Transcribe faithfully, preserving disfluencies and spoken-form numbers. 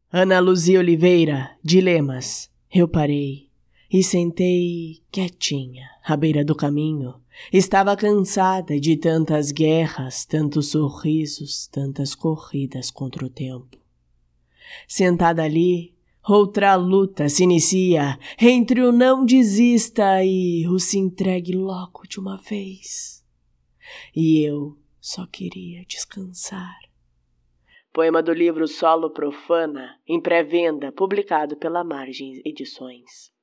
Ana Luzia Oliveira, Dilemas. Eu parei e sentei quietinha à beira do caminho. Estava cansada de tantas guerras, tantos sorrisos, tantas corridas contra o tempo. Sentada ali, outra luta se inicia entre o não desista e o se entregue logo de uma vez. E eu só queria descansar. Poema do livro Solo Profana, em pré-venda, publicado pela Margens Edições.